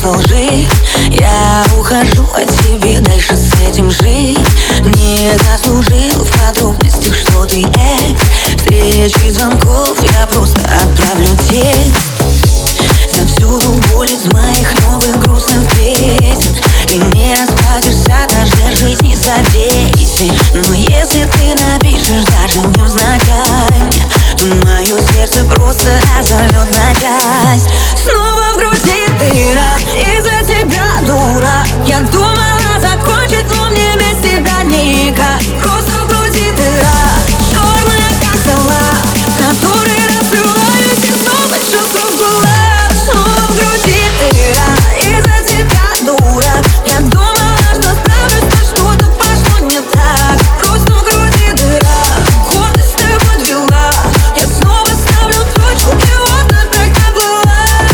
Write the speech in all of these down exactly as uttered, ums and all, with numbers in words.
смысл жить. Я ухожу от тебя, дальше с этим жить. Не заслужил в подробностях, что ты экс. Встречи звонков я просто отправлю текст. Завсюду боль из моих новых грустных песен. Ты не расплатишься даже жизни за песни. Но если ты напишешь даже невзначай, то мое сердце просто разорвет на часть. Снова в груди дыра, из-за тебя, дура. Я думала закончить, но мне без тебя никак. Просто в груди дыра, черная как скала, которой раскрываюсь и снова чувства в кулак. Снова в груди дыра, из-за тебя, дура. Я думала, что справлюсь, но что-то пошло не так. Просто в груди дыра, гордость ты подвела. Я снова ставлю точку, и вот она так и была.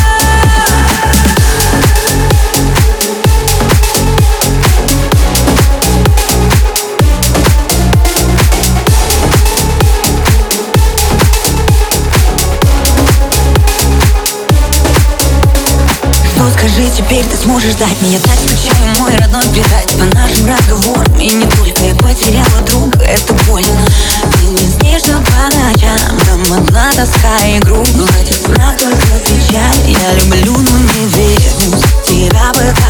Что скажи теперь, ты сможешь ждать меня? Так скучаю, мой родной, предать по нашим разговорам. И не только я потеряла друга, это больно. Ты не снишься по ночам, там одна тоска и грусть. В этих снах только печаль. Я люблю, но не верю, тебя в это